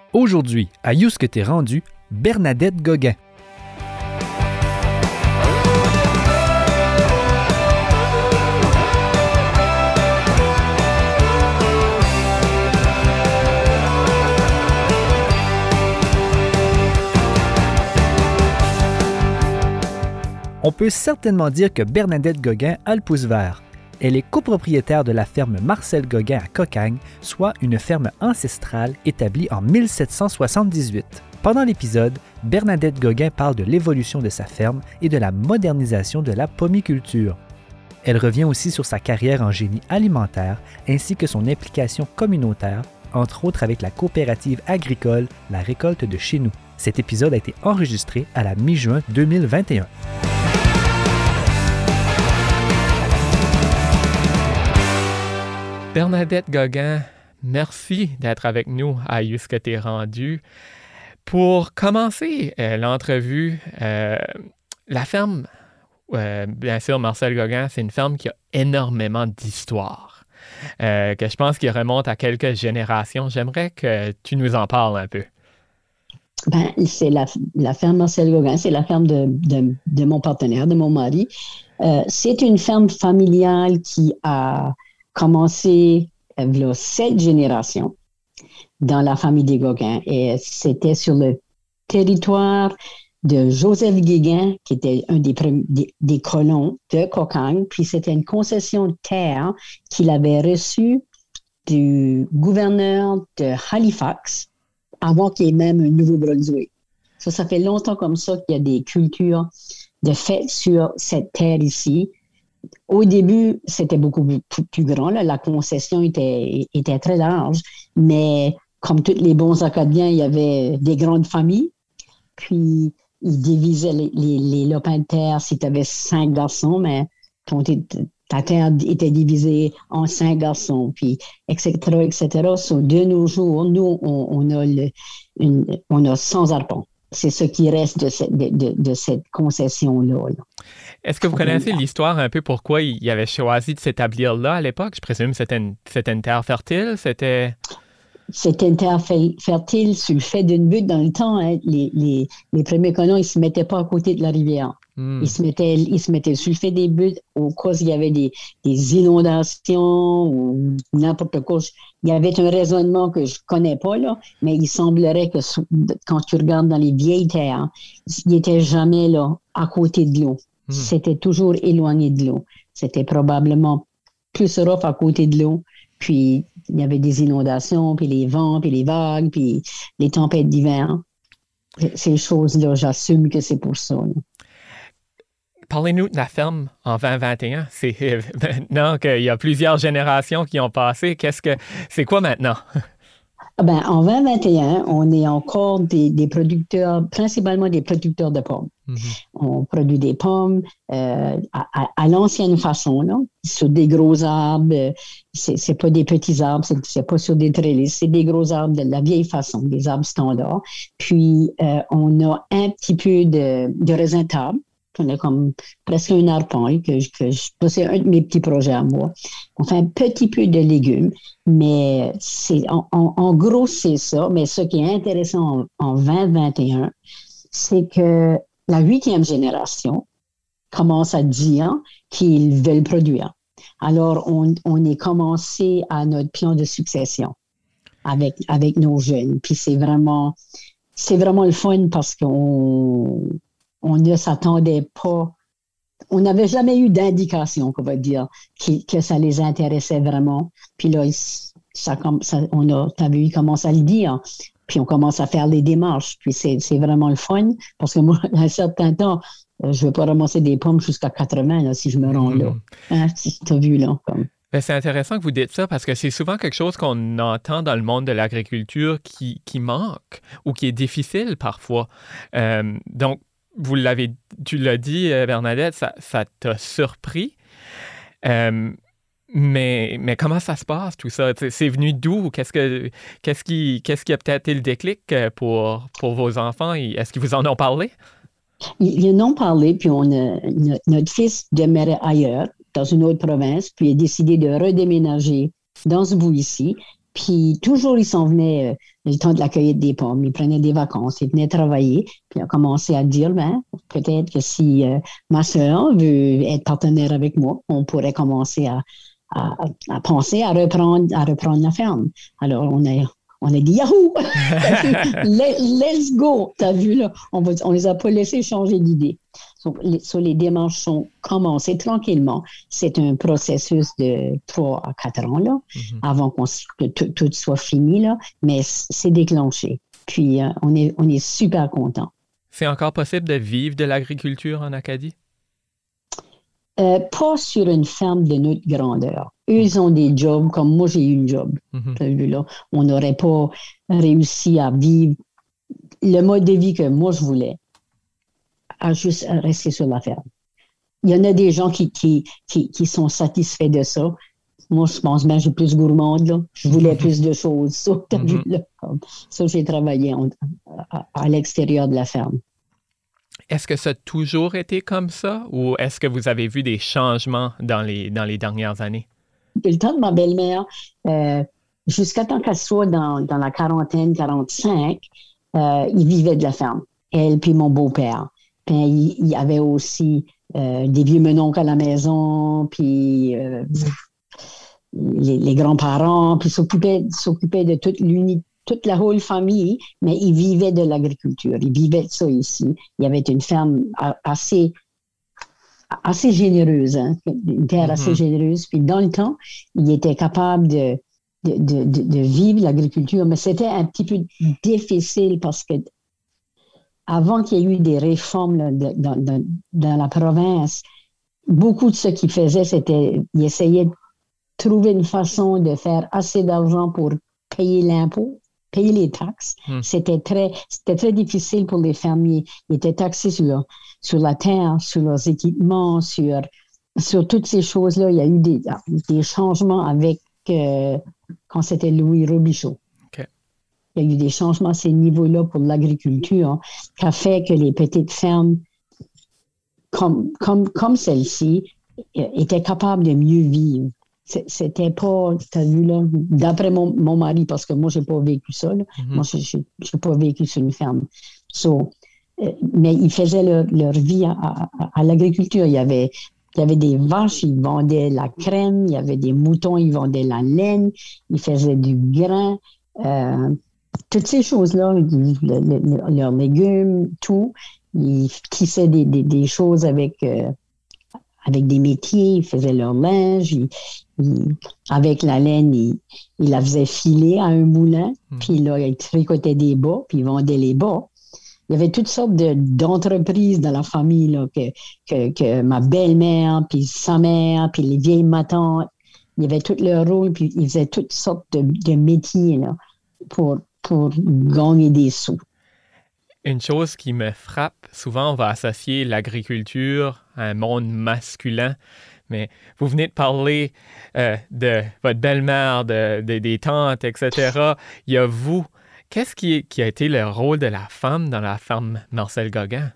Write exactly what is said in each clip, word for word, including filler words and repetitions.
Aujourd'hui, à You ce que t'es rendu, Bernadette Gauguin. On peut certainement dire que Bernadette Gauguin a le pouce vert. Elle est copropriétaire de la ferme Marcel Gauguin à Cocagne, soit une ferme ancestrale établie en mille sept cent soixante-dix-huit. Pendant l'épisode, Bernadette Gauguin parle de l'évolution de sa ferme et de la modernisation de la pomiculture. Elle revient aussi sur sa carrière en génie alimentaire ainsi que son implication communautaire, entre autres avec la coopérative agricole La Récolte de chez nous. Cet épisode a été enregistré à la mi-juin deux mille vingt et un. Bernadette Gauguin, merci d'être avec nous à You ce que t'es rendu. Pour commencer euh, l'entrevue, euh, la ferme, euh, bien sûr, Marcel Gauguin, c'est une ferme qui a énormément d'histoire, euh, que je pense qu'il remonte à quelques générations. J'aimerais que tu nous en parles un peu. Ben, c'est la, la ferme Marcel Gauguin, c'est la ferme de, de, de mon partenaire, de mon mari. Euh, c'est une ferme familiale qui a commencé il y a sept générations dans la famille des Gauguin. Et c'était sur le territoire de Joseph Guéguin, qui était un des, des, des colons de Cocagne. Puis c'était une concession de terre qu'il avait reçue du gouverneur de Halifax avant qu'il y ait même un Nouveau-Brunswick. Ça, ça fait longtemps comme ça qu'il y a des cultures de fêtes sur cette terre ici. Au début, c'était beaucoup plus, plus grand. Là. La concession était, était très large, mais comme tous les bons Acadiens, il y avait des grandes familles. Puis, ils divisaient les, les, les lopins de terre si tu avais cinq garçons, mais ton, ta terre était divisée en cinq garçons, puis et cetera, et cetera. So, de nos jours, nous, on, on, a, le, une, on a cent arpents. C'est ce qui reste de cette, de, de, de cette concession-là. Là. Est-ce que vous connaissez l'histoire un peu pourquoi il avait choisi de s'établir là à l'époque? Je présume que c'était une, c'était une terre fertile, c'était... C'était une terre fertile sur le fait d'une butte. Dans le temps, hein, les, les, les premiers colons, ils ne se mettaient pas à côté de la rivière. Mm. Ils, se mettaient, ils se mettaient sur le fait des buttes au cas où il y avait des, des inondations ou n'importe quoi. Il y avait un raisonnement que je ne connais pas, là, mais il semblerait que quand tu regardes dans les vieilles terres, ils n'étaient jamais là, à côté de l'eau. Mm. C'était toujours éloigné de l'eau. C'était probablement plus rough à côté de l'eau. Puis, il y avait des inondations, puis les vents, puis les vagues, puis les tempêtes d'hiver. Ces choses-là, j'assume que c'est pour ça. Là. Parlez-nous de la ferme en vingt vingt et un. C'est maintenant qu'il y a plusieurs générations qui ont passé. Qu'est-ce que c'est quoi maintenant? Ben, en vingt vingt et un, on est encore des, des producteurs, principalement des producteurs de pommes. Mm-hmm. On produit des pommes euh, à, à, à l'ancienne façon, là, sur des gros arbres. C'est, c'est pas des petits arbres, c'est, c'est pas sur des trellis, c'est des gros arbres de la vieille façon, des arbres standards. Puis, euh, on a un petit peu de, de raisin de table. On a comme presque un arpent, que, que je, c'est un de mes petits projets à moi. On fait un petit peu de légumes, mais c'est, en, en, en gros, c'est ça. Mais ce qui est intéressant en, en vingt vingt et un, c'est que la huitième génération commence à dire qu'ils veulent produire. Alors, on, on est commencé à notre plan de succession avec, avec nos jeunes. Puis c'est vraiment, c'est vraiment le fun parce qu'on on ne s'attendait pas, on n'avait jamais eu d'indication, qu'on va dire, qui, que ça les intéressait vraiment. Puis là, ça, ça, on a, t'as vu, ils commencent à le dire. Puis on commence à faire les démarches. Puis c'est, c'est vraiment le fun. Parce que moi, à un certain temps, je ne vais pas ramasser des pommes jusqu'à quatre-vingts là, si je me rends là. Hein, si tu as vu là. Comme. Ben, c'est intéressant que vous dites ça parce que c'est souvent quelque chose qu'on entend dans le monde de l'agriculture qui, qui manque ou qui est difficile parfois. Euh, donc, vous l'avez, tu l'as dit, Bernadette, ça, ça t'a surpris. Euh, mais, mais comment ça se passe, tout ça? C'est venu d'où? Qu'est-ce, que, qu'est-ce, qui, qu'est-ce qui a peut-être été le déclic pour, pour vos enfants? Est-ce qu'ils vous en ont parlé? Ils en ont parlé, puis on a, notre fils demeurait ailleurs, dans une autre province, puis il a décidé de redéménager dans ce bout ici. Puis toujours, ils s'en venaient euh, le temps de la cueillette des pommes. Ils prenaient des vacances, ils venaient travailler. Puis ils ont commencé à dire, ben, peut-être que si euh, ma sœur veut être partenaire avec moi, on pourrait commencer à, à, à penser à reprendre, à reprendre la ferme. Alors, on a, on a dit, Yahoo! Let's go! T'as vu, là? On ne on les a pas laissés changer d'idée. So, les, so, les démarches sont commencées tranquillement. C'est un processus de trois à quatre ans, là, mm-hmm. avant qu'on, que tout, tout soit fini, là, mais c'est déclenché. Puis, euh, on, est, on est super contents. C'est encore possible de vivre de l'agriculture en Acadie? Euh, pas sur une ferme de notre grandeur. Eux, ils ont des jobs comme moi, j'ai eu une job. Mm-hmm. Là, on n'aurait pas réussi à vivre le mode de vie que moi, je voulais, à juste rester sur la ferme. Il y en a des gens qui, qui, qui, qui sont satisfaits de ça. Moi, je pense bien que j'ai plus gourmande, là. Je voulais mm-hmm. plus de choses. Ça, t'as mm-hmm. vu, là. Ça, j'ai travaillé en, à, à l'extérieur de la ferme. Est-ce que ça a toujours été comme ça ou est-ce que vous avez vu des changements dans les, dans les dernières années? Le temps de ma belle-mère, euh, jusqu'à temps qu'elle soit dans, dans la quarantaine, quarante-cinq, euh, il vivait de la ferme. Elle puis mon beau-père. Puis il, il y avait aussi euh, des vieux menoncles à la maison, puis euh, les, les grands-parents, puis s'occupaient, s'occupaient de toute l'unité. Toute la whole famille, mais ils vivaient de l'agriculture. Ils vivaient de ça ici. Il y avait une ferme assez, assez généreuse, hein, une terre mm-hmm. assez généreuse. Puis dans le temps, ils étaient capables de, de, de, de, de vivre l'agriculture, mais c'était un petit peu difficile parce que avant qu'il y ait eu des réformes là, de, dans, dans, dans la province, beaucoup de ce qu'ils faisaient, c'était ils essayaient de trouver une façon de faire assez d'argent pour payer l'impôt, payer les taxes. Hmm. C'était très, c'était très difficile pour les fermiers. Ils étaient taxés sur, leur, sur la terre, sur leurs équipements, sur, sur toutes ces choses-là. Il y a eu des, des changements avec euh, quand c'était Louis Robichaud. Okay. Il y a eu des changements à ces niveaux-là pour l'agriculture, hein, qui a fait que les petites fermes comme, comme, comme celle-ci étaient capables de mieux vivre. C'était pas, t'as vu là, d'après mon, mon mari, parce que moi, j'ai pas vécu ça, là. Mm-hmm. Moi, je n'ai pas vécu sur une ferme. So, euh, mais ils faisaient leur, leur vie à, à, à l'agriculture. Il y avait, il y avait des vaches, ils vendaient la crème, il y avait des moutons, ils vendaient la laine, ils faisaient du grain, euh, toutes ces choses-là, le, le, leurs légumes, tout. Ils tissaient des, des, des choses avec... Euh, avec des métiers, ils faisaient leur linge, ils, ils, avec la laine, ils, ils la faisaient filer à un moulin, mmh. puis là, ils tricotaient des bas, puis ils vendaient les bas. Il y avait toutes sortes de, d'entreprises dans la famille, là, que, que, que ma belle-mère, puis sa mère, puis les vieilles matantes, il y avait tout leur rôle, puis ils faisaient toutes sortes de, de métiers là, pour, pour gagner des sous. Une chose qui me frappe, souvent on va associer l'agriculture à un monde masculin, mais vous venez de parler euh, de votre belle-mère, de, de, des tantes, et cetera. Il y a vous. Qu'est-ce qui, qui a été le rôle de la femme dans la ferme Marcel Gauguin?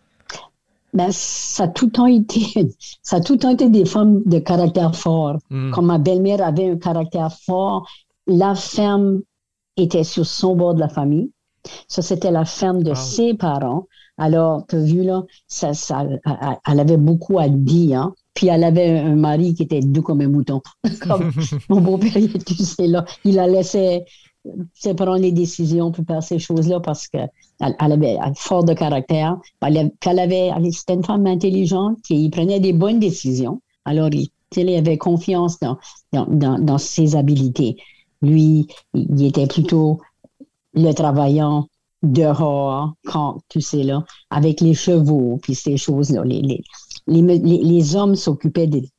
Ben, ça a tout le temps été, ça a tout le temps été des femmes de caractère fort. Mm. Comme ma belle-mère avait un caractère fort, la ferme était sur son bord de la famille. Ça, c'était la ferme de wow. ses parents. Alors, tu as vu, là, ça, ça, elle avait beaucoup à dire. Hein? Puis, elle avait un mari qui était doux comme un mouton. Comme mon beau-père, tu sais, là, il la laissait prendre les décisions pour faire ces choses-là parce qu'elle elle avait fort de caractère. Elle, elle avait, c'était une femme intelligente qui prenait des bonnes décisions. Alors, il, il avait confiance dans, dans, dans, dans ses habiletés. Lui, il était plutôt... le travaillant dehors, quand, tu sais, là, avec les chevaux, puis ces choses-là. Les, les, les, les, les hommes s'occupaient de,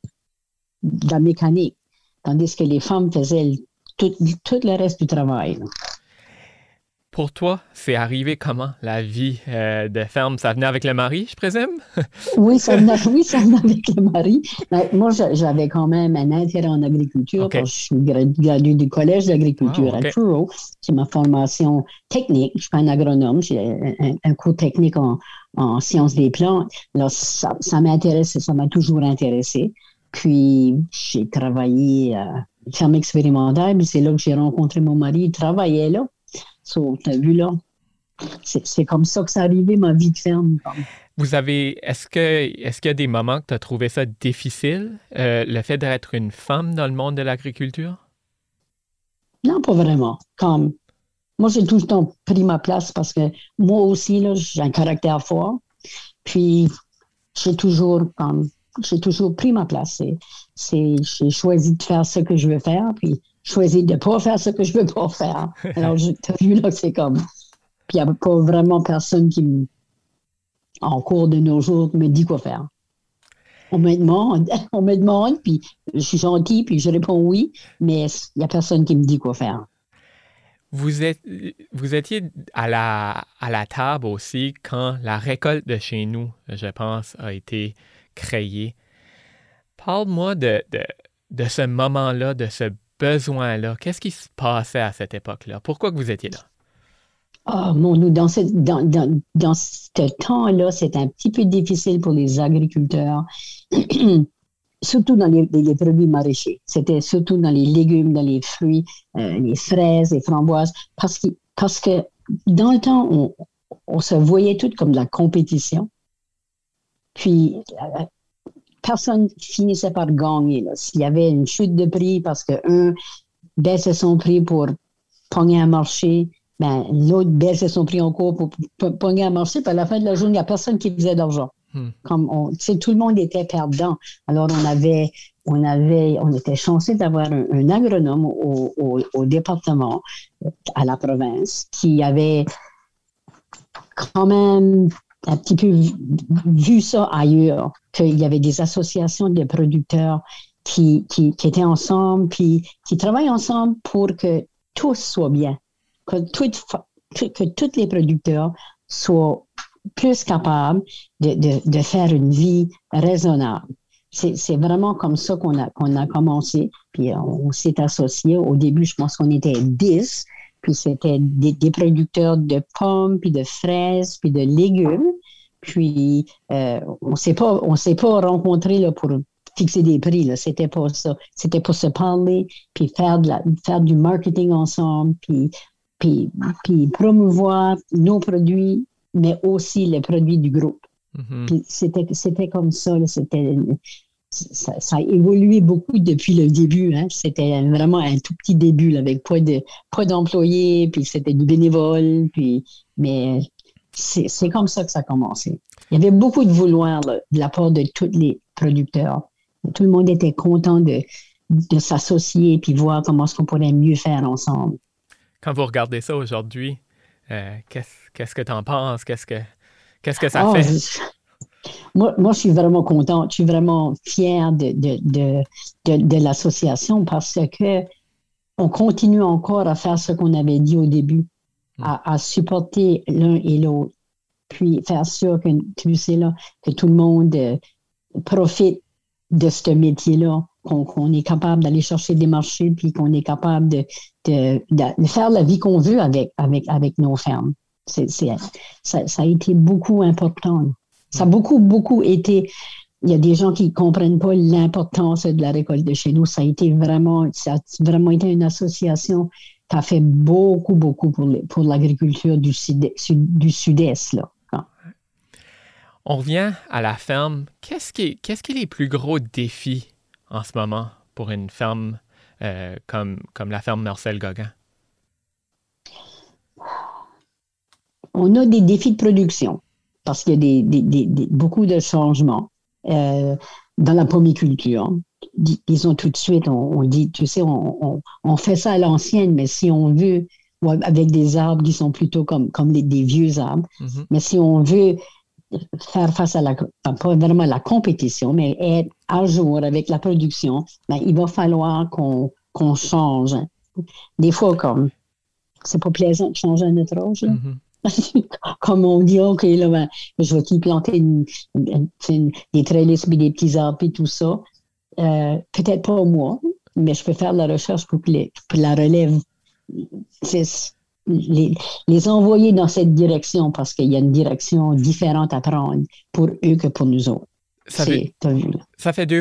de la mécanique, tandis que les femmes faisaient tout, tout le reste du travail. Là. Pour toi, c'est arrivé comment, la vie euh, de ferme? Ça venait avec le mari, je présume? oui, ça venait, oui, ça venait avec le mari. Mais moi, j'avais quand même un intérêt en agriculture okay. parce que je suis graduée du collège d'agriculture wow, okay. à Truro. C'est ma formation technique. Je suis pas un agronome. J'ai un, un cours technique en, en sciences des plantes. Alors, ça, ça m'intéresse, ça m'a toujours intéressé. Puis, j'ai travaillé... Euh, ferme expérimentale, puis c'est là que j'ai rencontré mon mari, il travaillait là. So, t'as vu là? C'est, c'est comme ça que ça arrivait, ma vie de ferme. Vous avez, est-ce que, est-ce qu'il y a des moments que tu as trouvé ça difficile, euh, le fait d'être une femme dans le monde de l'agriculture? Non, pas vraiment. Comme, moi, j'ai tout le temps pris ma place parce que moi aussi, là, j'ai un caractère fort. Puis, j'ai toujours, comme, j'ai toujours pris ma place. C'est, c'est, j'ai choisi de faire ce que je veux faire, puis choisi de ne pas faire ce que je ne veux pas faire. Alors, tu as vu, là, c'est comme... Puis, il n'y a pas vraiment personne qui, me, en cours de nos jours, me dit quoi faire. On me demande, on me demande, puis je suis gentille, puis je réponds oui, mais il n'y a personne qui me dit quoi faire. Vous, êtes, vous étiez à la, à la table aussi quand la récolte de chez nous, je pense, a été créée. Parle-moi de, de, de ce moment-là, de ce besoin-là. Qu'est-ce qui se passait à cette époque-là? Pourquoi que vous étiez là? Oh mon Dieu, dans ce, dans, dans, dans ce temps-là, c'était un petit peu difficile pour les agriculteurs, surtout dans les, les, les produits maraîchers. C'était surtout dans les légumes, dans les fruits, euh, les fraises, les framboises, parce que, parce que dans le temps, on, on se voyait toutes comme de la compétition. Puis, euh, personne finissait par gagner. Là. S'il y avait une chute de prix parce qu'un baissait son prix pour pogner un marché, ben, l'autre baissait son prix encore pour pogner un marché, puis à la fin de la journée, il n'y a personne qui faisait d'argent. Hmm. Comme on, tout le monde était perdant. Alors, on avait, on avait, on était chanceux d'avoir un, un agronome au, au, au département, à la province, qui avait quand même un petit peu vu, vu ça ailleurs, qu'il y avait des associations de producteurs qui, qui, qui étaient ensemble, puis qui travaillent ensemble pour que tout soit bien. Que, tout, que tous les producteurs soient plus capables de, de, de faire une vie raisonnable. C'est, c'est vraiment comme ça qu'on a, qu'on a commencé. Puis on, on s'est associés. Au début, je pense qu'on était dix. Puis c'était des, des producteurs de pommes, puis de fraises, puis de légumes. Puis euh, on s'est pas, on s'est pas rencontrés là, pour fixer des prix. Là. C'était pas ça. C'était pour se parler, puis faire, de la, faire du marketing ensemble, puis Puis, puis promouvoir nos produits, mais aussi les produits du groupe. Mm-hmm. Puis c'était, c'était comme ça, là, c'était, ça, ça a évolué beaucoup depuis le début. Hein. C'était vraiment un tout petit début, là, avec pas, de, pas d'employés, puis c'était du bénévole, puis, mais c'est, c'est comme ça que ça a commencé. Il y avait beaucoup de vouloir là, de la part de tous les producteurs. Tout le monde était content de, de s'associer, puis voir comment est-ce qu'on pourrait mieux faire ensemble. Quand vous regardez ça aujourd'hui, euh, qu'est-ce, qu'est-ce que tu en penses? Qu'est-ce que, qu'est-ce que ça oh, fait? Je, moi, moi, je suis vraiment contente. Je suis vraiment fière de, de, de, de, de l'association parce qu'on continue encore à faire ce qu'on avait dit au début, mm. à, à supporter l'un et l'autre, puis faire sûr que, tu sais, là, que tout le monde euh, profite de ce métier-là. Qu'on, qu'on est capable d'aller chercher des marchés, puis qu'on est capable de, de, de faire la vie qu'on veut avec, avec, avec nos fermes. C'est, c'est, ça, ça a été beaucoup important. Ça a beaucoup, beaucoup été... Il y a des gens qui ne comprennent pas l'importance de la récolte de chez nous. Ça a été vraiment... Ça a vraiment été une association qui a fait beaucoup, beaucoup pour, les, pour l'agriculture du, sud, du sud-est, là. On revient à la ferme. Qu'est-ce qui est, qu'est-ce qui est les plus gros défis en ce moment pour une ferme euh, comme, comme la ferme Marcel Gauguin? On a des défis de production parce qu'il y a des, des, des, des, beaucoup de changements euh, dans la pomiculture. Dis, disons tout de suite, on, on dit, tu sais, on, on, on fait ça à l'ancienne, mais si on veut, avec des arbres qui sont plutôt comme, comme les, des vieux arbres, mm-hmm. mais si on veut faire face à la, pas vraiment la compétition, mais être à jour avec la production, ben, il va falloir qu'on, qu'on change. Des fois, comme, c'est pas plaisant de changer à notre âge, là. Mm-hmm. Comme on dit, OK, là, ben, je vais t'y planter une, une, une, des trellis et des petits arbres et tout ça. Euh, peut-être pas moi, mais je peux faire de la recherche pour que, les, pour la relève. C'est, Les, les envoyer dans cette direction parce qu'il y a une direction différente à prendre pour eux que pour nous autres. Ça fait, ça fait deux fois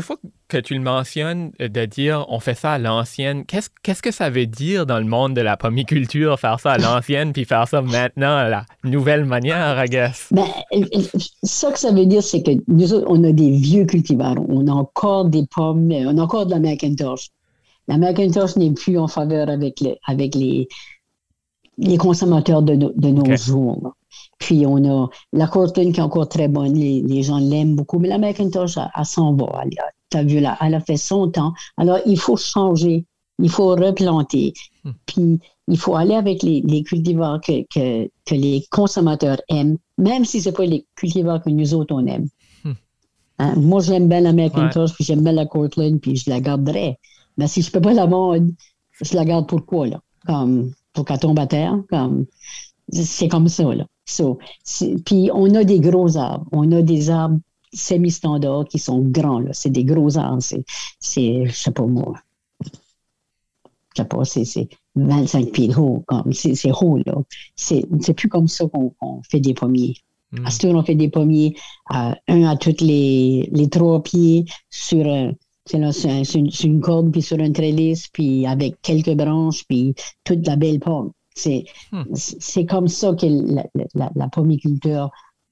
que tu le mentionnes, de dire on fait ça à l'ancienne, qu'est-ce, qu'est-ce que ça veut dire dans le monde de la pommiculture, faire ça à l'ancienne puis faire ça maintenant à la nouvelle manière, I guess? Ben, ça que ça veut dire, c'est que nous autres, on a des vieux cultivars. On a encore des pommes, on a encore de la Macintosh. La Macintosh n'est plus en faveur avec, le, avec les, les consommateurs de, no, de nos okay. jours. Là. Puis on a la Cortland qui est encore très bonne, les, les gens l'aiment beaucoup, mais la Macintosh, elle, elle s'en va. Elle, t'as vu, là, elle a fait son temps. Alors, il faut changer, il faut replanter. Hmm. Puis, il faut aller avec les, les cultivars que, que, que les consommateurs aiment, même si ce n'est pas les cultivars que nous autres, on aime. Hmm. Hein? Moi, j'aime bien la Macintosh, ouais. puis j'aime bien la Cortland, puis je la garderai. Mais si je ne peux pas la vendre, je la garde pour quoi, là? Comme, pour qu'elle tombe à terre? Comme, c'est comme ça, là. So, puis, on a des gros arbres. On a des arbres semi-standards qui sont grands, là. C'est des gros arbres. C'est, c'est je sais pas moi, je sais pas, c'est, c'est vingt-cinq pieds de haut. Comme, c'est, c'est haut, là. C'est, c'est plus comme ça qu'on, qu'on fait des pommiers. Mm. À ce tour, on fait des pommiers, à, un à tous les, les trois pieds sur un, c'est, là, c'est, un, c'est, une, c'est une corde, puis sur une trélisse, puis avec quelques branches, puis toute la belle pomme. C'est, hmm. c'est comme ça que la, la, la pommiculture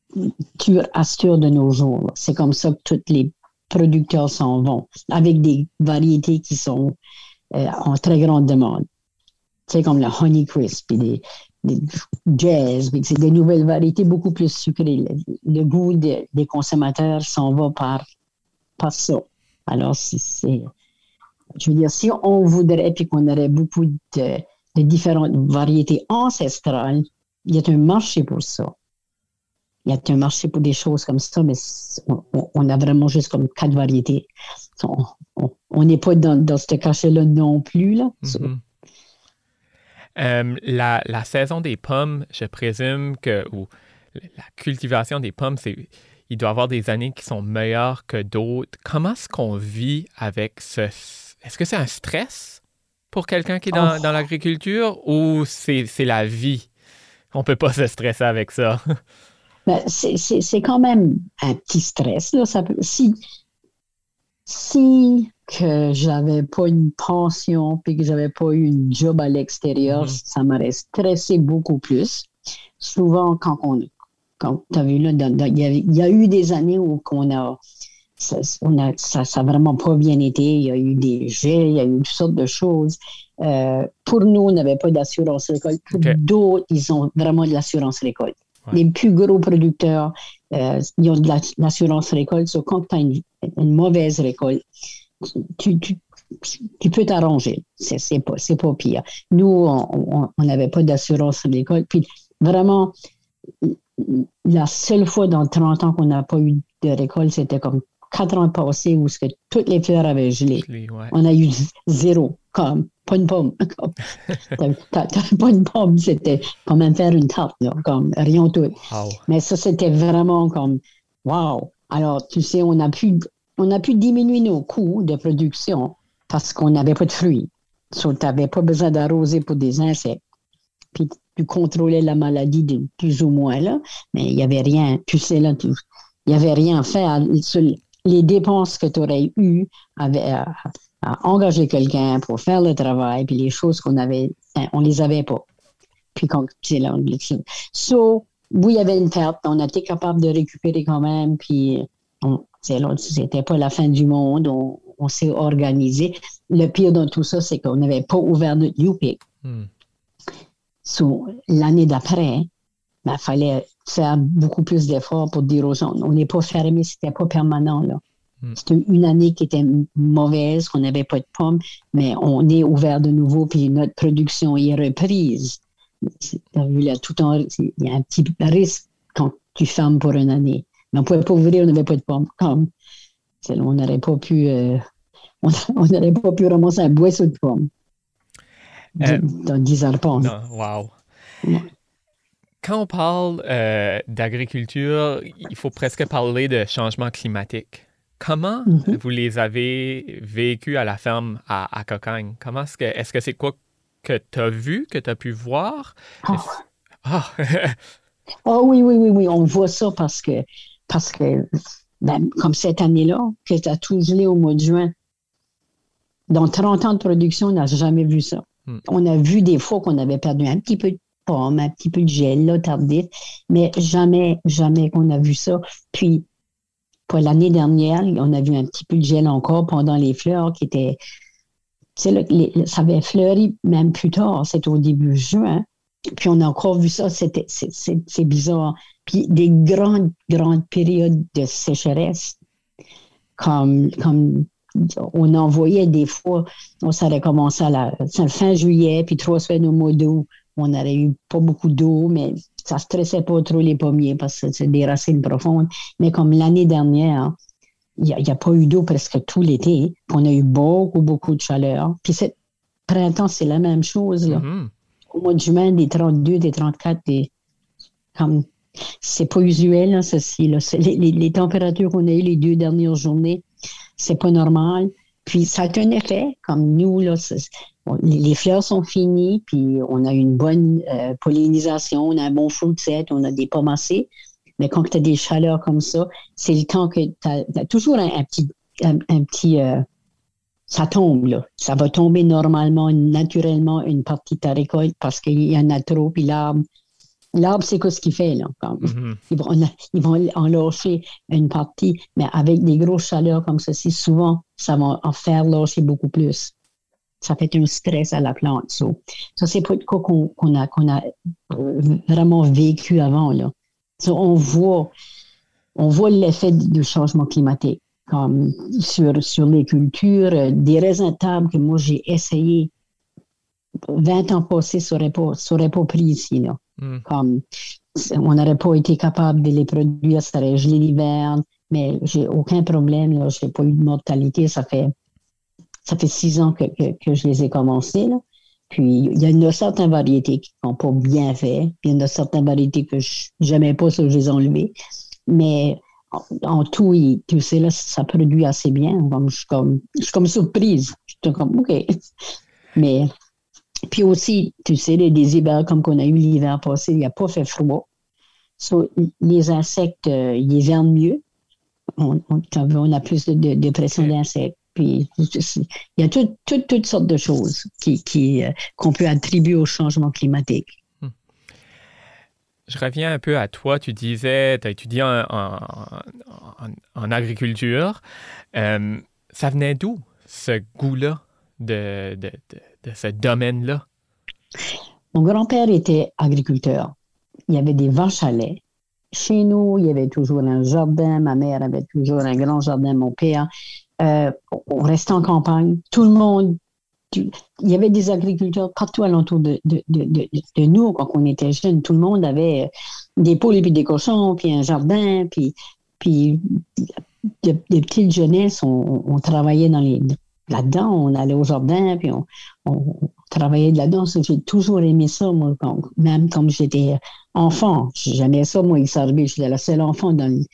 assure de nos jours. C'est comme ça que tous les producteurs s'en vont, avec des variétés qui sont euh, en très grande demande. C'est comme le Honeycrisp, puis des, des Jazz, puis c'est des nouvelles variétés beaucoup plus sucrées. Le, le goût de, des consommateurs s'en va par, par ça. Alors, c'est, c'est, je veux dire, si on voudrait, puis qu'on aurait beaucoup de de différentes variétés ancestrales, il y a un marché pour ça. Il y a un marché pour des choses comme ça, mais on, on a vraiment juste comme quatre variétés. On n'est pas dans, dans ce cachet-là non plus. Là. Mm-hmm. Euh, la, la saison des pommes, je présume que ou la cultivation des pommes, c'est, il doit y avoir des années qui sont meilleures que d'autres. Comment est-ce qu'on vit avec ce... Est-ce que c'est un stress pour quelqu'un qui est dans, oh. dans l'agriculture ou c'est, c'est la vie? On ne peut pas se stresser avec ça. Ben, c'est, c'est, c'est quand même un petit stress. Là. Ça peut, si, si que j'avais pas une pension puis que j'avais pas eu une job à l'extérieur, mm-hmm. ça m'aurait stressé beaucoup plus. Souvent, quand on... Quand tu as vu, là, il y, y a eu des années où on a... Ça, on a, ça, ça a vraiment pas bien été. Il y a eu des jets, il y a eu toutes sortes de choses. Euh, pour nous, on n'avait pas d'assurance récolte. Pour okay. d'autres, ils ont vraiment de l'assurance récolte. Ouais. Les plus gros producteurs, euh, ils ont de la, l'assurance récolte. So, quand tu as une, une mauvaise récolte, tu, tu, tu peux t'arranger. C'est, c'est, pas, c'est pas pire. Nous, on n'avait pas d'assurance récolte. Puis vraiment, la seule fois dans trente ans qu'on n'a pas eu de récolte, c'était comme quatre ans passés où que toutes les fleurs avaient gelé. gelé ouais. On a eu zéro, comme pas une pomme. Comme, t'as, t'as pas une pomme, c'était comme même faire une tarte, là, comme rien tout. Wow. Mais ça, c'était vraiment comme wow. Alors, tu sais, on a pu, on a pu diminuer nos coûts de production parce qu'on n'avait pas de fruits. So, tu n'avais pas besoin d'arroser pour des insectes. Puis tu contrôlais la maladie de plus ou moins, là, mais il n'y avait rien. Tu sais, là, il n'y avait rien à faire. Les dépenses que tu aurais eues à, à engager quelqu'un pour faire le travail, puis les choses qu'on avait, on ne les avait pas. Puis quand, tu sais, là, on, so, oui, il y avait une perte, on a été capable de récupérer quand même, puis on, là, c'était pas la fin du monde, on, on s'est organisé. Le pire dans tout ça, c'est qu'on n'avait pas ouvert notre U P I C. Hmm. So, l'année d'après, il ben, fallait faire beaucoup plus d'efforts pour dire aux gens, on n'est pas fermé, c'était pas permanent, là. Mm. C'était une année qui était mauvaise, qu'on n'avait pas de pommes, mais on est ouvert de nouveau, puis notre production est reprise. T'as vu, là, tout en, il y a un petit risque quand tu fermes pour une année. Mais on ne pouvait pas ouvrir, on n'avait pas de pommes. Comme, on n'aurait pas pu, euh, on n'aurait pas pu ramasser un boisseau de pommes. Euh, dans dix arpents. Non, wow. Ouais. Quand on parle euh, d'agriculture, il faut presque parler de changement climatique. Comment mm-hmm. vous les avez vécus à la ferme à, à Cocagne? Comment est-ce que, est-ce que c'est quoi que tu as vu, que tu as pu voir? Oh. Ah oh, oui, oui, oui, oui, on voit ça parce que, parce que Ben, comme cette année-là, que tu as tout gelé au mois de juin. Dans trente ans de production, on n'a jamais vu ça. Mm. On a vu des fois qu'on avait perdu un petit peu de pomme, un petit peu de gel, là, tardif, mais jamais, jamais qu'on a vu ça. Puis, pour l'année dernière, on a vu un petit peu de gel encore pendant les fleurs qui étaient... Tu sais, les, ça avait fleuri même plus tard, c'était au début juin. Puis on a encore vu ça, c'était, c'est, c'est, c'est bizarre. Puis des grandes, grandes périodes de sécheresse, comme, comme on en voyait des fois, on s'aurait commencé à la fin juillet, puis trois semaines au mois d'août, on n'aurait eu pas beaucoup d'eau, mais ça stressait pas trop les pommiers parce que c'est des racines profondes. Mais comme l'année dernière, il n'y a, a pas eu d'eau presque tout l'été. On a eu beaucoup, beaucoup de chaleur. Puis c'est printemps, c'est la même chose, là. Mm-hmm. Au mois de juin, des trente-deux, des trente-quatre, des, comme, c'est pas usuel, là, ceci, là. C'est les, les, les températures qu'on a eues les deux dernières journées, c'est pas normal. Puis ça a un effet, comme nous, là, bon, les, les fleurs sont finies, puis on a une bonne euh, pollinisation, on a un bon fruit set, on a des pommes assez. Mais quand tu as des chaleurs comme ça, c'est le temps que tu as toujours un, un petit... Un, un petit euh, ça tombe, là. Ça va tomber normalement, naturellement, une partie de ta récolte parce qu'il y en a trop, puis l'arbre... L'arbre, c'est quoi ce qu'il fait, là? Comme, mm-hmm. ils, vont, ils vont en lâcher une partie, mais avec des grosses chaleurs comme ceci, souvent, ça va en faire lâcher beaucoup plus. Ça fait un stress à la plante. So. Ça, c'est pas de quoi qu'on, qu'on a, qu'on a vraiment vécu avant, là. So, on voit, on voit l'effet du changement climatique comme sur, sur les cultures. Des raisins de table que moi, j'ai essayé vingt ans passés, ça n'aurait pas, ça aurait pas pris ici, là. Mm. Comme, on n'aurait pas été capable de les produire, ça aurait gelé l'hiver, mais j'ai aucun problème, là. Je n'ai pas eu de mortalité. Ça fait, ça fait six ans que, que, que je les ai commencés, là. Puis, il y a une certaine variété qui n'ont pas bien fait. Puis, il y a une certaine variété que je n'aimais pas, ça, je les ai enlevées. Mais en, en tout, il, tu sais, là, ça produit assez bien. Comme, je, suis comme, je suis comme surprise. Je suis comme, OK. Mais, puis aussi, tu sais, les, des hivers comme qu'on a eu l'hiver passé, il n'a pas fait froid. So, les insectes, euh, ils hivernent mieux. On, on, on a plus de, de, de pression d'insectes. Puis, il y a tout, tout, toutes sortes de choses qui, qui, euh, qu'on peut attribuer au changement climatique. Hmm. Je reviens un peu à toi. Tu disais, tu as étudié en, en, en, en agriculture. Euh, ça venait d'où, ce goût-là, de, de, de, de ce domaine-là? Mon grand-père était agriculteur. Il y avait des vaches à lait. Chez nous, il y avait toujours un jardin. Ma mère avait toujours un grand jardin, mon père. Euh, on restait en campagne. Tout le monde, tu, il y avait des agriculteurs partout alentour de, de, de, de, de nous quand on était jeunes. Tout le monde avait des poules et puis des cochons, puis un jardin, puis, puis de, de petites jeunesses, on, on travaillait dans les, là-dedans. On allait au jardin, puis on, on travaillait là-dedans. J'ai toujours aimé ça, moi, quand, même quand j'étais enfant. J'aimais ça, moi, il servait. J'étais la seule enfant dans le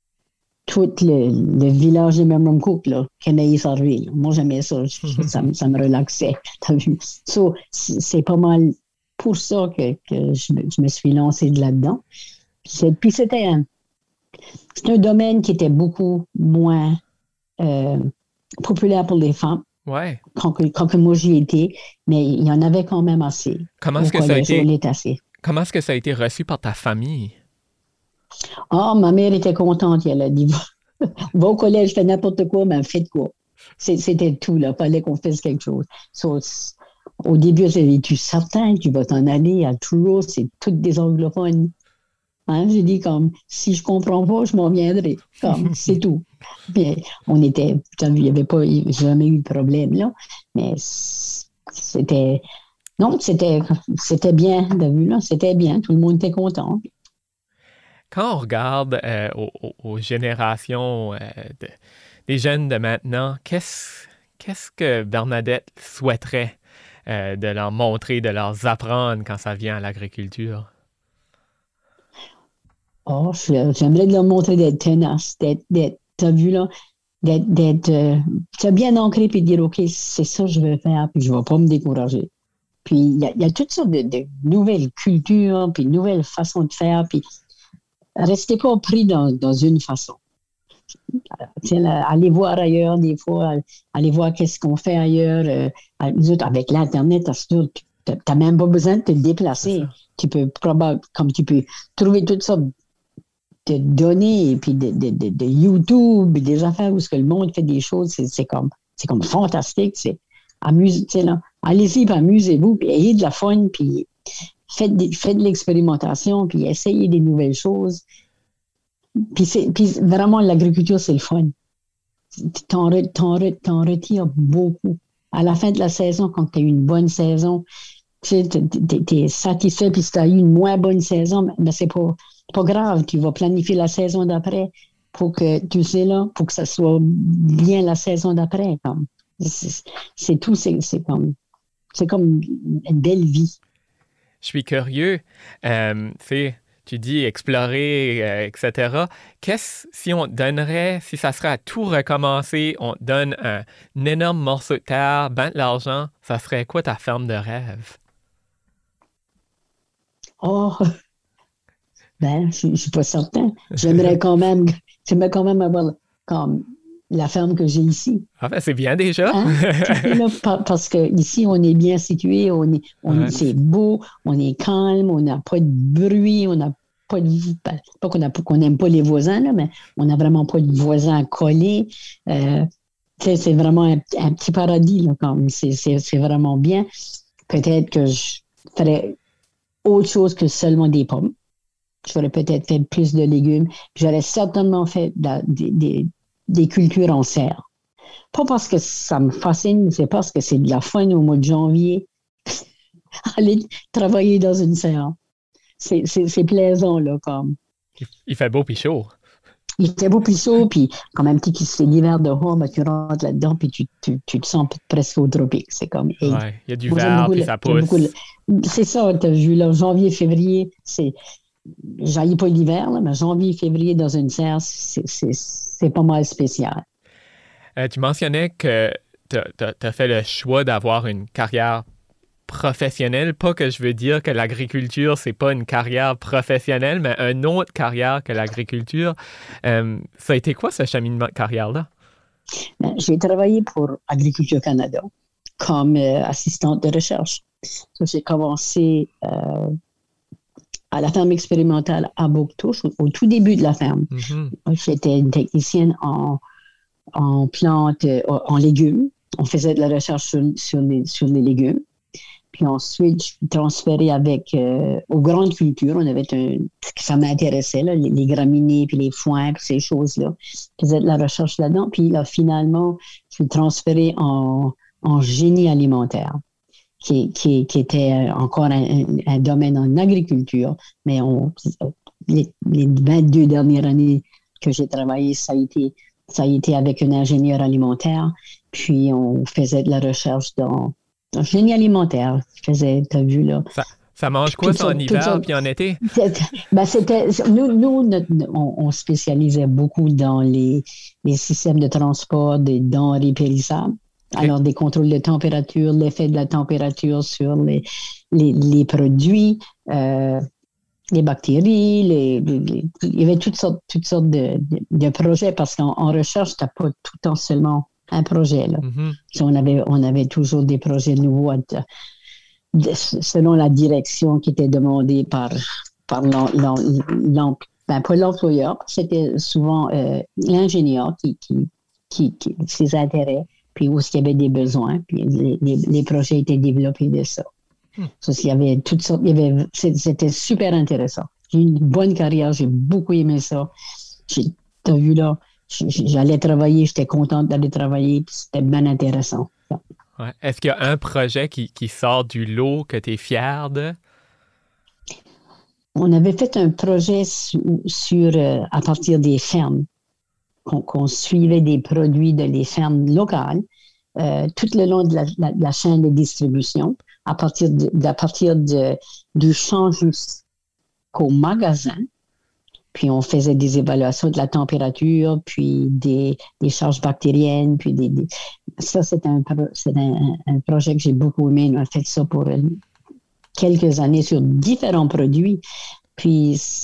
tout le, le village de Memramcook, là, qui aimait y servir. Moi, j'aimais ça. Mm-hmm. ça. Ça me relaxait. T'as vu? So, c'est pas mal pour ça que, que je, je me suis lancée de là-dedans. Puis, puis c'était un, c'était un domaine qui était beaucoup moins euh, populaire pour les femmes. Ouais. Quand, quand moi j'y étais, mais il y en avait quand même assez. Comment est-ce que ça a été, comment est-ce que ça a été reçu par ta famille? Ah, oh, ma mère était contente. Elle a dit, va au collège, fais n'importe quoi, mais faites quoi. C'est, c'était tout, là. Il fallait qu'on fasse quelque chose. So, au début, j'ai dit, es-tu certain que tu vas t'en aller à Truro? C'est toutes des anglophones. Hein? J'ai dit, comme, si je comprends pas, je m'en viendrai. Comme, c'est tout. Mais on était, il n'y avait pas, jamais eu de problème, là. Mais c'était, non, c'était, c'était bien, t'as vu, là. C'était bien. Tout le monde était content. Quand on regarde euh, aux, aux générations euh, de, des jeunes de maintenant, qu'est-ce, qu'est-ce que Bernadette souhaiterait euh, de leur montrer, de leur apprendre quand ça vient à l'agriculture? Oh, j'aimerais leur montrer d'être tenace, d'être, d'être t'as vu là, d'être, d'être euh, bien ancré puis dire, OK, c'est ça que je veux faire, puis je ne vais pas me décourager. Puis il y, y a toutes sortes de, de nouvelles cultures, puis nouvelles façons de faire, puis restez pas pris dans, dans une façon. aller voir ailleurs des fois, aller voir qu'est-ce qu'on fait ailleurs. Euh, nous autres, avec l'Internet, tu n'as même pas besoin de te déplacer. Tu peux, comme tu peux trouver toutes sortes de données, et puis de, de, de, de YouTube, des affaires où ce que le monde fait des choses, c'est, c'est, comme, c'est comme fantastique. C'est amuse, là, allez-y, puis amusez-vous, puis ayez de la fun, puis faites, des, faites de l'expérimentation, puis essayez des nouvelles choses. Puis, c'est, puis vraiment, l'agriculture, c'est le fun. T'en, t'en, t'en retires beaucoup. À la fin de la saison, quand tu as eu une bonne saison, tu sais, tu es satisfait, puis si tu as eu une moins bonne saison, ben c'est pas, pas grave. Tu vas planifier la saison d'après pour que, tu sais, là, pour que ça soit bien la saison d'après. Comme. C'est, c'est tout, c'est, c'est, comme, c'est comme une belle vie. Je suis curieux. Euh, c'est... Tu dis explorer, euh, et cetera. Qu'est-ce, si on te donnerait, si ça serait à tout recommencer, on te donne un, un énorme morceau de terre, ben de l'argent, ça serait quoi ta ferme de rêve? Oh, ben, je ne suis pas certain. J'aimerais quand même, j'aimerais quand même avoir comme la ferme que j'ai ici. Ah ben, c'est bien déjà. Hein? Là, parce qu'ici, on est bien situé, on est, on, ouais. C'est beau, on est calme, on n'a pas de bruit, on n'a pas de... Pas qu'on a, qu'on n'aime pas les voisins, là, mais on n'a vraiment pas de voisins collés. Euh, c'est vraiment un, un petit paradis, là, comme c'est, c'est, c'est vraiment bien. Peut-être que je ferais autre chose que seulement des pommes. J'aurais peut-être fait plus de légumes. J'aurais certainement fait de, de, de, des cultures en serre. Pas parce que ça me fascine, c'est parce que c'est de la fun au mois de janvier. Aller travailler dans une serre. C'est, c'est, c'est plaisant, là, comme. Il fait beau puis chaud. Il fait beau puis chaud, puis quand même, petit, c'est l'hiver dehors, ben, tu rentres là-dedans, puis tu, tu, tu te sens presque au tropique. C'est comme. Hey, ouais, il y a du vert, puis ça pousse. Le, c'est ça, tu as vu, là, janvier, février, c'est. J'haïs pas l'hiver, là, mais janvier, février dans une serre, c'est, c'est, c'est pas mal spécial. Euh, tu mentionnais que tu as fait le choix d'avoir une carrière professionnelle. Pas que je veux dire que l'agriculture, c'est pas une carrière professionnelle, mais une autre carrière que l'agriculture. Euh, ça a été quoi ce cheminement de carrière-là? Ben, j'ai travaillé pour Agriculture Canada comme euh, assistante de recherche. So, j'ai commencé euh, à la ferme expérimentale à Bouctouche, au, au tout début de la ferme. Mm-hmm. J'étais une technicienne en, en plantes, en légumes. On faisait de la recherche sur, sur, les, sur les légumes. Puis ensuite, je suis transférée avec, euh, aux grandes cultures. On avait un, ça m'intéressait, là, les, les graminées, puis les foins, puis ces choses-là. Je faisais de la recherche là-dedans. Puis là, finalement, je suis transférée en, en génie alimentaire, qui, qui, qui était encore un, un domaine en agriculture. Mais on, les, les vingt-deux dernières années que j'ai travaillé, ça a été, ça a été avec un ingénieur alimentaire. Puis on faisait de la recherche dans un génie alimentaire. Je faisais, t'as vu là. Ça, ça mange quoi, ça, en hiver puis en été? Ben, c'était, nous, nous notre, on, on spécialisait beaucoup dans les, les systèmes de transport des denrées périssables. Okay. Alors, des contrôles de température, l'effet de la température sur les, les, les produits, euh, les bactéries, les, les, les, il y avait toutes sortes, toutes sortes de, de, de projets parce qu'en en recherche, tu n'as pas tout le temps seulement un projet. Là. Mm-hmm. So, on, avait, on avait toujours des projets nouveaux à, de, selon la direction qui était demandée par, par l'em, l'em, l'em, ben, pas l'employeur, c'était souvent euh, l'ingénieur qui, qui, qui, qui ses intérêts, puis où il y avait des besoins, puis les, les, les projets étaient développés de ça. Mm. So, il y avait toutes sortes, il y avait, c'était super intéressant. J'ai eu une bonne carrière, j'ai beaucoup aimé ça. J'ai, t'as vu là, j'allais travailler, j'étais contente d'aller travailler, puis c'était bien intéressant. Ouais. Est-ce qu'il y a un projet qui, qui sort du lot que tu es fier de? On avait fait un projet sur, sur euh, à partir des fermes, qu'on, qu'on suivait des produits de les fermes locales, euh, tout le long de la, la, la chaîne de distribution, à partir, de, à partir de, du champ jusqu'au magasin. Puis on faisait des évaluations de la température, puis des, des charges bactériennes, puis des, des... ça c'est un, c'est un, un projet que j'ai beaucoup aimé. On a fait ça pour quelques années sur différents produits. Puis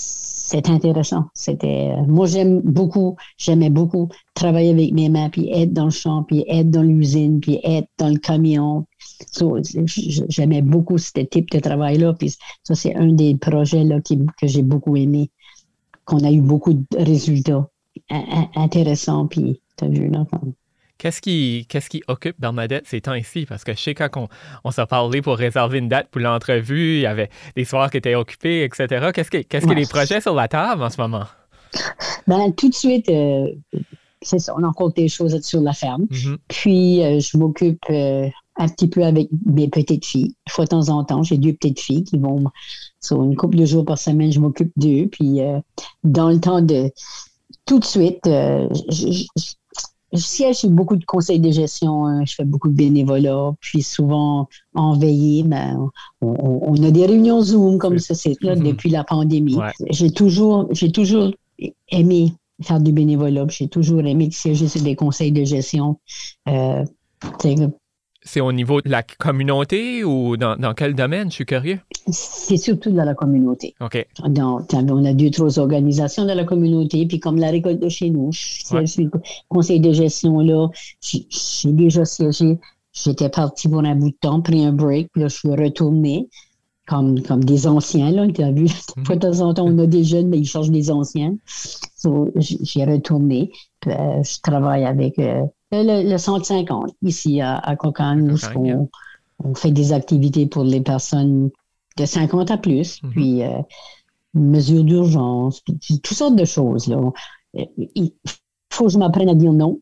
c'était intéressant. C'était, moi, j'aime beaucoup, j'aimais beaucoup travailler avec mes mains, puis être dans le champ, puis être dans l'usine, puis être dans le camion. So, j'aimais beaucoup ce type de travail-là. Puis ça, c'est un des projets là, qui, que j'ai beaucoup aimé, qu'on a eu beaucoup de résultats intéressants. Puis, tu as vu, là. Qu'est-ce qui, qu'est-ce qui occupe Bernadette ces temps-ci? Parce que je sais quand on, on s'est parlé pour réserver une date pour l'entrevue, il y avait des soirs qui étaient occupés, et cetera. Qu'est-ce que, qu'est-ce ouais. que les projets sur la table en ce moment? Ben, tout de suite, euh, c'est ça, on a encore des choses sur la ferme. Mm-hmm. Puis, euh, je m'occupe euh, un petit peu avec mes petites filles. Une fois de temps en temps, j'ai deux petites filles qui vont, sur une couple de jours par semaine, je m'occupe d'eux. Puis, euh, dans le temps de... Tout de suite, euh, je, je, Je siège sur beaucoup de conseils de gestion, hein, je fais beaucoup de bénévolat, puis souvent en veillée, ben, on, on, on a des réunions Zoom comme ça, c'est là, mm-hmm. depuis la pandémie. Ouais. J'ai toujours, j'ai toujours aimé faire du bénévolat, j'ai toujours aimé siéger sur des conseils de gestion. Euh, c'est au niveau de la communauté ou dans, dans quel domaine? Je suis curieux. C'est surtout dans la communauté. OK. Donc, on a deux, trois organisations dans la communauté, puis comme la récolte de chez nous, je ouais. suis le conseil de gestion là, j'ai, j'ai déjà siégé, j'étais partie pour un bout de temps, pris un break, puis là, je suis retournée, comme, comme des anciens, là, tu as vu, mm-hmm. de temps en temps, on a des jeunes, mais ils changent des anciens. So, j'ai retourné, puis, euh, je travaille avec... Euh, Le, le centre cinquante, ici à, à Cocagne, où on, on fait des activités pour les personnes de cinquante à plus, mm-hmm. puis euh, mesures d'urgence, puis, puis toutes sortes de choses. Là. Il faut que je m'apprenne à dire non.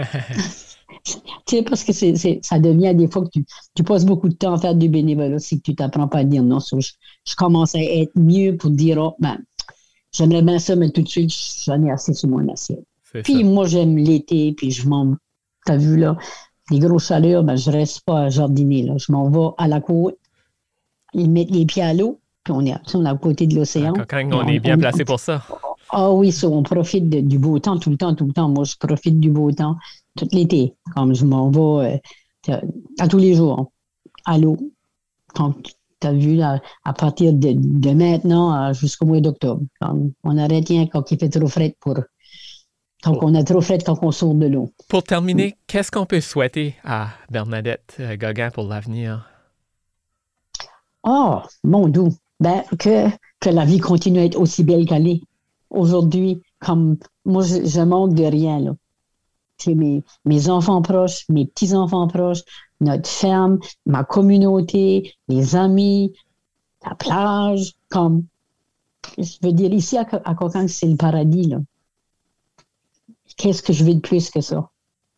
Tu sais, parce que c'est, c'est, ça devient des fois que tu, tu passes beaucoup de temps à faire du bénévolat si tu t'apprends pas à dire non. So, je, je commence à être mieux pour dire, oh, ben, j'aimerais bien ça, mais tout de suite, j'en ai assez sur mon assiette. C'est puis ça. Moi, j'aime l'été, puis je m'en... T'as vu, là, les grosses chaleurs, ben, je reste pas à jardiner, là. Je m'en vais à la côte, ils mettent les pieds à l'eau, puis on est, on est à côté de l'océan. Quand on, on est bien on, placé pour ça. Ah oui, ça, on profite de, du beau temps tout le temps, tout le temps. Moi, je profite du beau temps tout l'été. Comme je m'en vais euh, à tous les jours, à l'eau. Quand tu as vu, là, à partir de, de maintenant jusqu'au mois d'octobre. Comme on arrête rien quand il fait trop frais pour... Donc, on a trop frais quand on sort de l'eau. Pour terminer, qu'est-ce qu'on peut souhaiter à Bernadette Gauguin pour l'avenir? Oh, mon doux, ben, que, que la vie continue à être aussi belle qu'elle est. Aujourd'hui, comme moi, je, je manque de rien, là. C'est mes, mes enfants proches, mes petits-enfants proches, notre ferme, ma communauté, les amis, la plage, comme, je veux dire, ici à, à Cocagne, c'est le paradis, là. Qu'est-ce que je veux de plus que ça?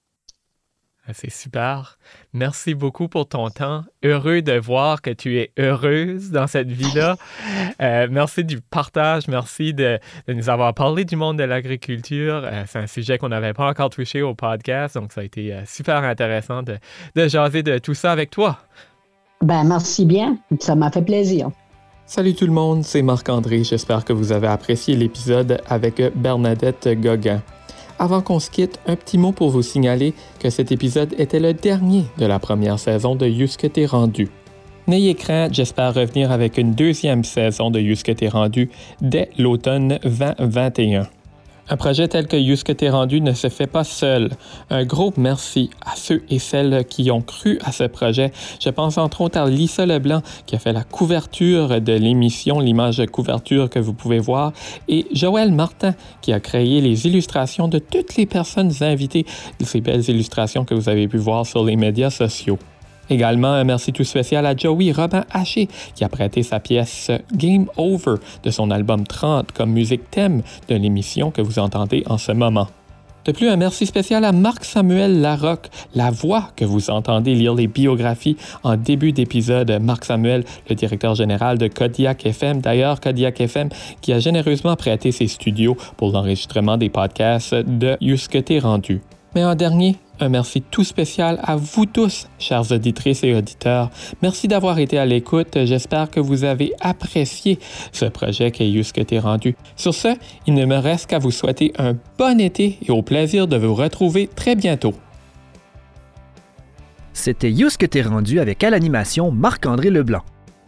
C'est super. Merci beaucoup pour ton temps. Heureux de voir que tu es heureuse dans cette vie-là. Euh, merci du partage. Merci de, de nous avoir parlé du monde de l'agriculture. Euh, c'est un sujet qu'on n'avait pas encore touché au podcast, donc ça a été euh, super intéressant de, de jaser de tout ça avec toi. Ben, merci bien. Ça m'a fait plaisir. Salut tout le monde, c'est Marc-André. J'espère que vous avez apprécié l'épisode avec Bernadette Gauguin. Avant qu'on se quitte, un petit mot pour vous signaler que cet épisode était le dernier de la première saison de You ce que t'es rendu. N'ayez crainte, j'espère revenir avec une deuxième saison de You ce que t'es rendu dès l'automne vingt vingt et un. Un projet tel que You ce que t'es rendu ne se fait pas seul. Un gros merci à ceux et celles qui ont cru à ce projet. Je pense entre autres à Lisa Leblanc qui a fait la couverture de l'émission, l'image de couverture que vous pouvez voir, et Joël Martin qui a créé les illustrations de toutes les personnes invitées, ces belles illustrations que vous avez pu voir sur les médias sociaux. Également, un merci tout spécial à Joey Robin Haché qui a prêté sa pièce Game Over de son album trente comme musique thème de l'émission que vous entendez en ce moment. De plus, un merci spécial à Marc-Samuel Larocque, la voix que vous entendez lire les biographies en début d'épisode. Marc-Samuel, le directeur général de Kodiak F M, d'ailleurs Kodiak F M qui a généreusement prêté ses studios pour l'enregistrement des podcasts de You ce que t'es rendu. Mais en dernier, un merci tout spécial à vous tous, chers auditrices et auditeurs. Merci d'avoir été à l'écoute. J'espère que vous avez apprécié ce projet qu'est You ce que t'es rendu. Sur ce, il ne me reste qu'à vous souhaiter un bon été et au plaisir de vous retrouver très bientôt. C'était You ce que t'es rendu avec à l'animation Marc-André Leblanc.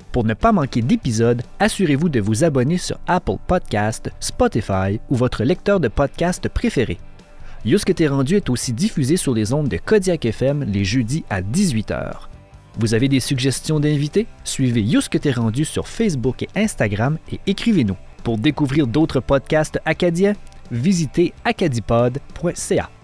Pour ne pas manquer d'épisodes, assurez-vous de vous abonner sur Apple Podcasts, Spotify ou votre lecteur de podcast préféré. Yo ce que t'es rendu est aussi diffusé sur les ondes de Kodiak F M les jeudis à dix-huit heures. Vous avez des suggestions d'invités? Suivez Yo ce que t'es rendu sur Facebook et Instagram et écrivez-nous. Pour découvrir d'autres podcasts acadiens, visitez acadipod point c a.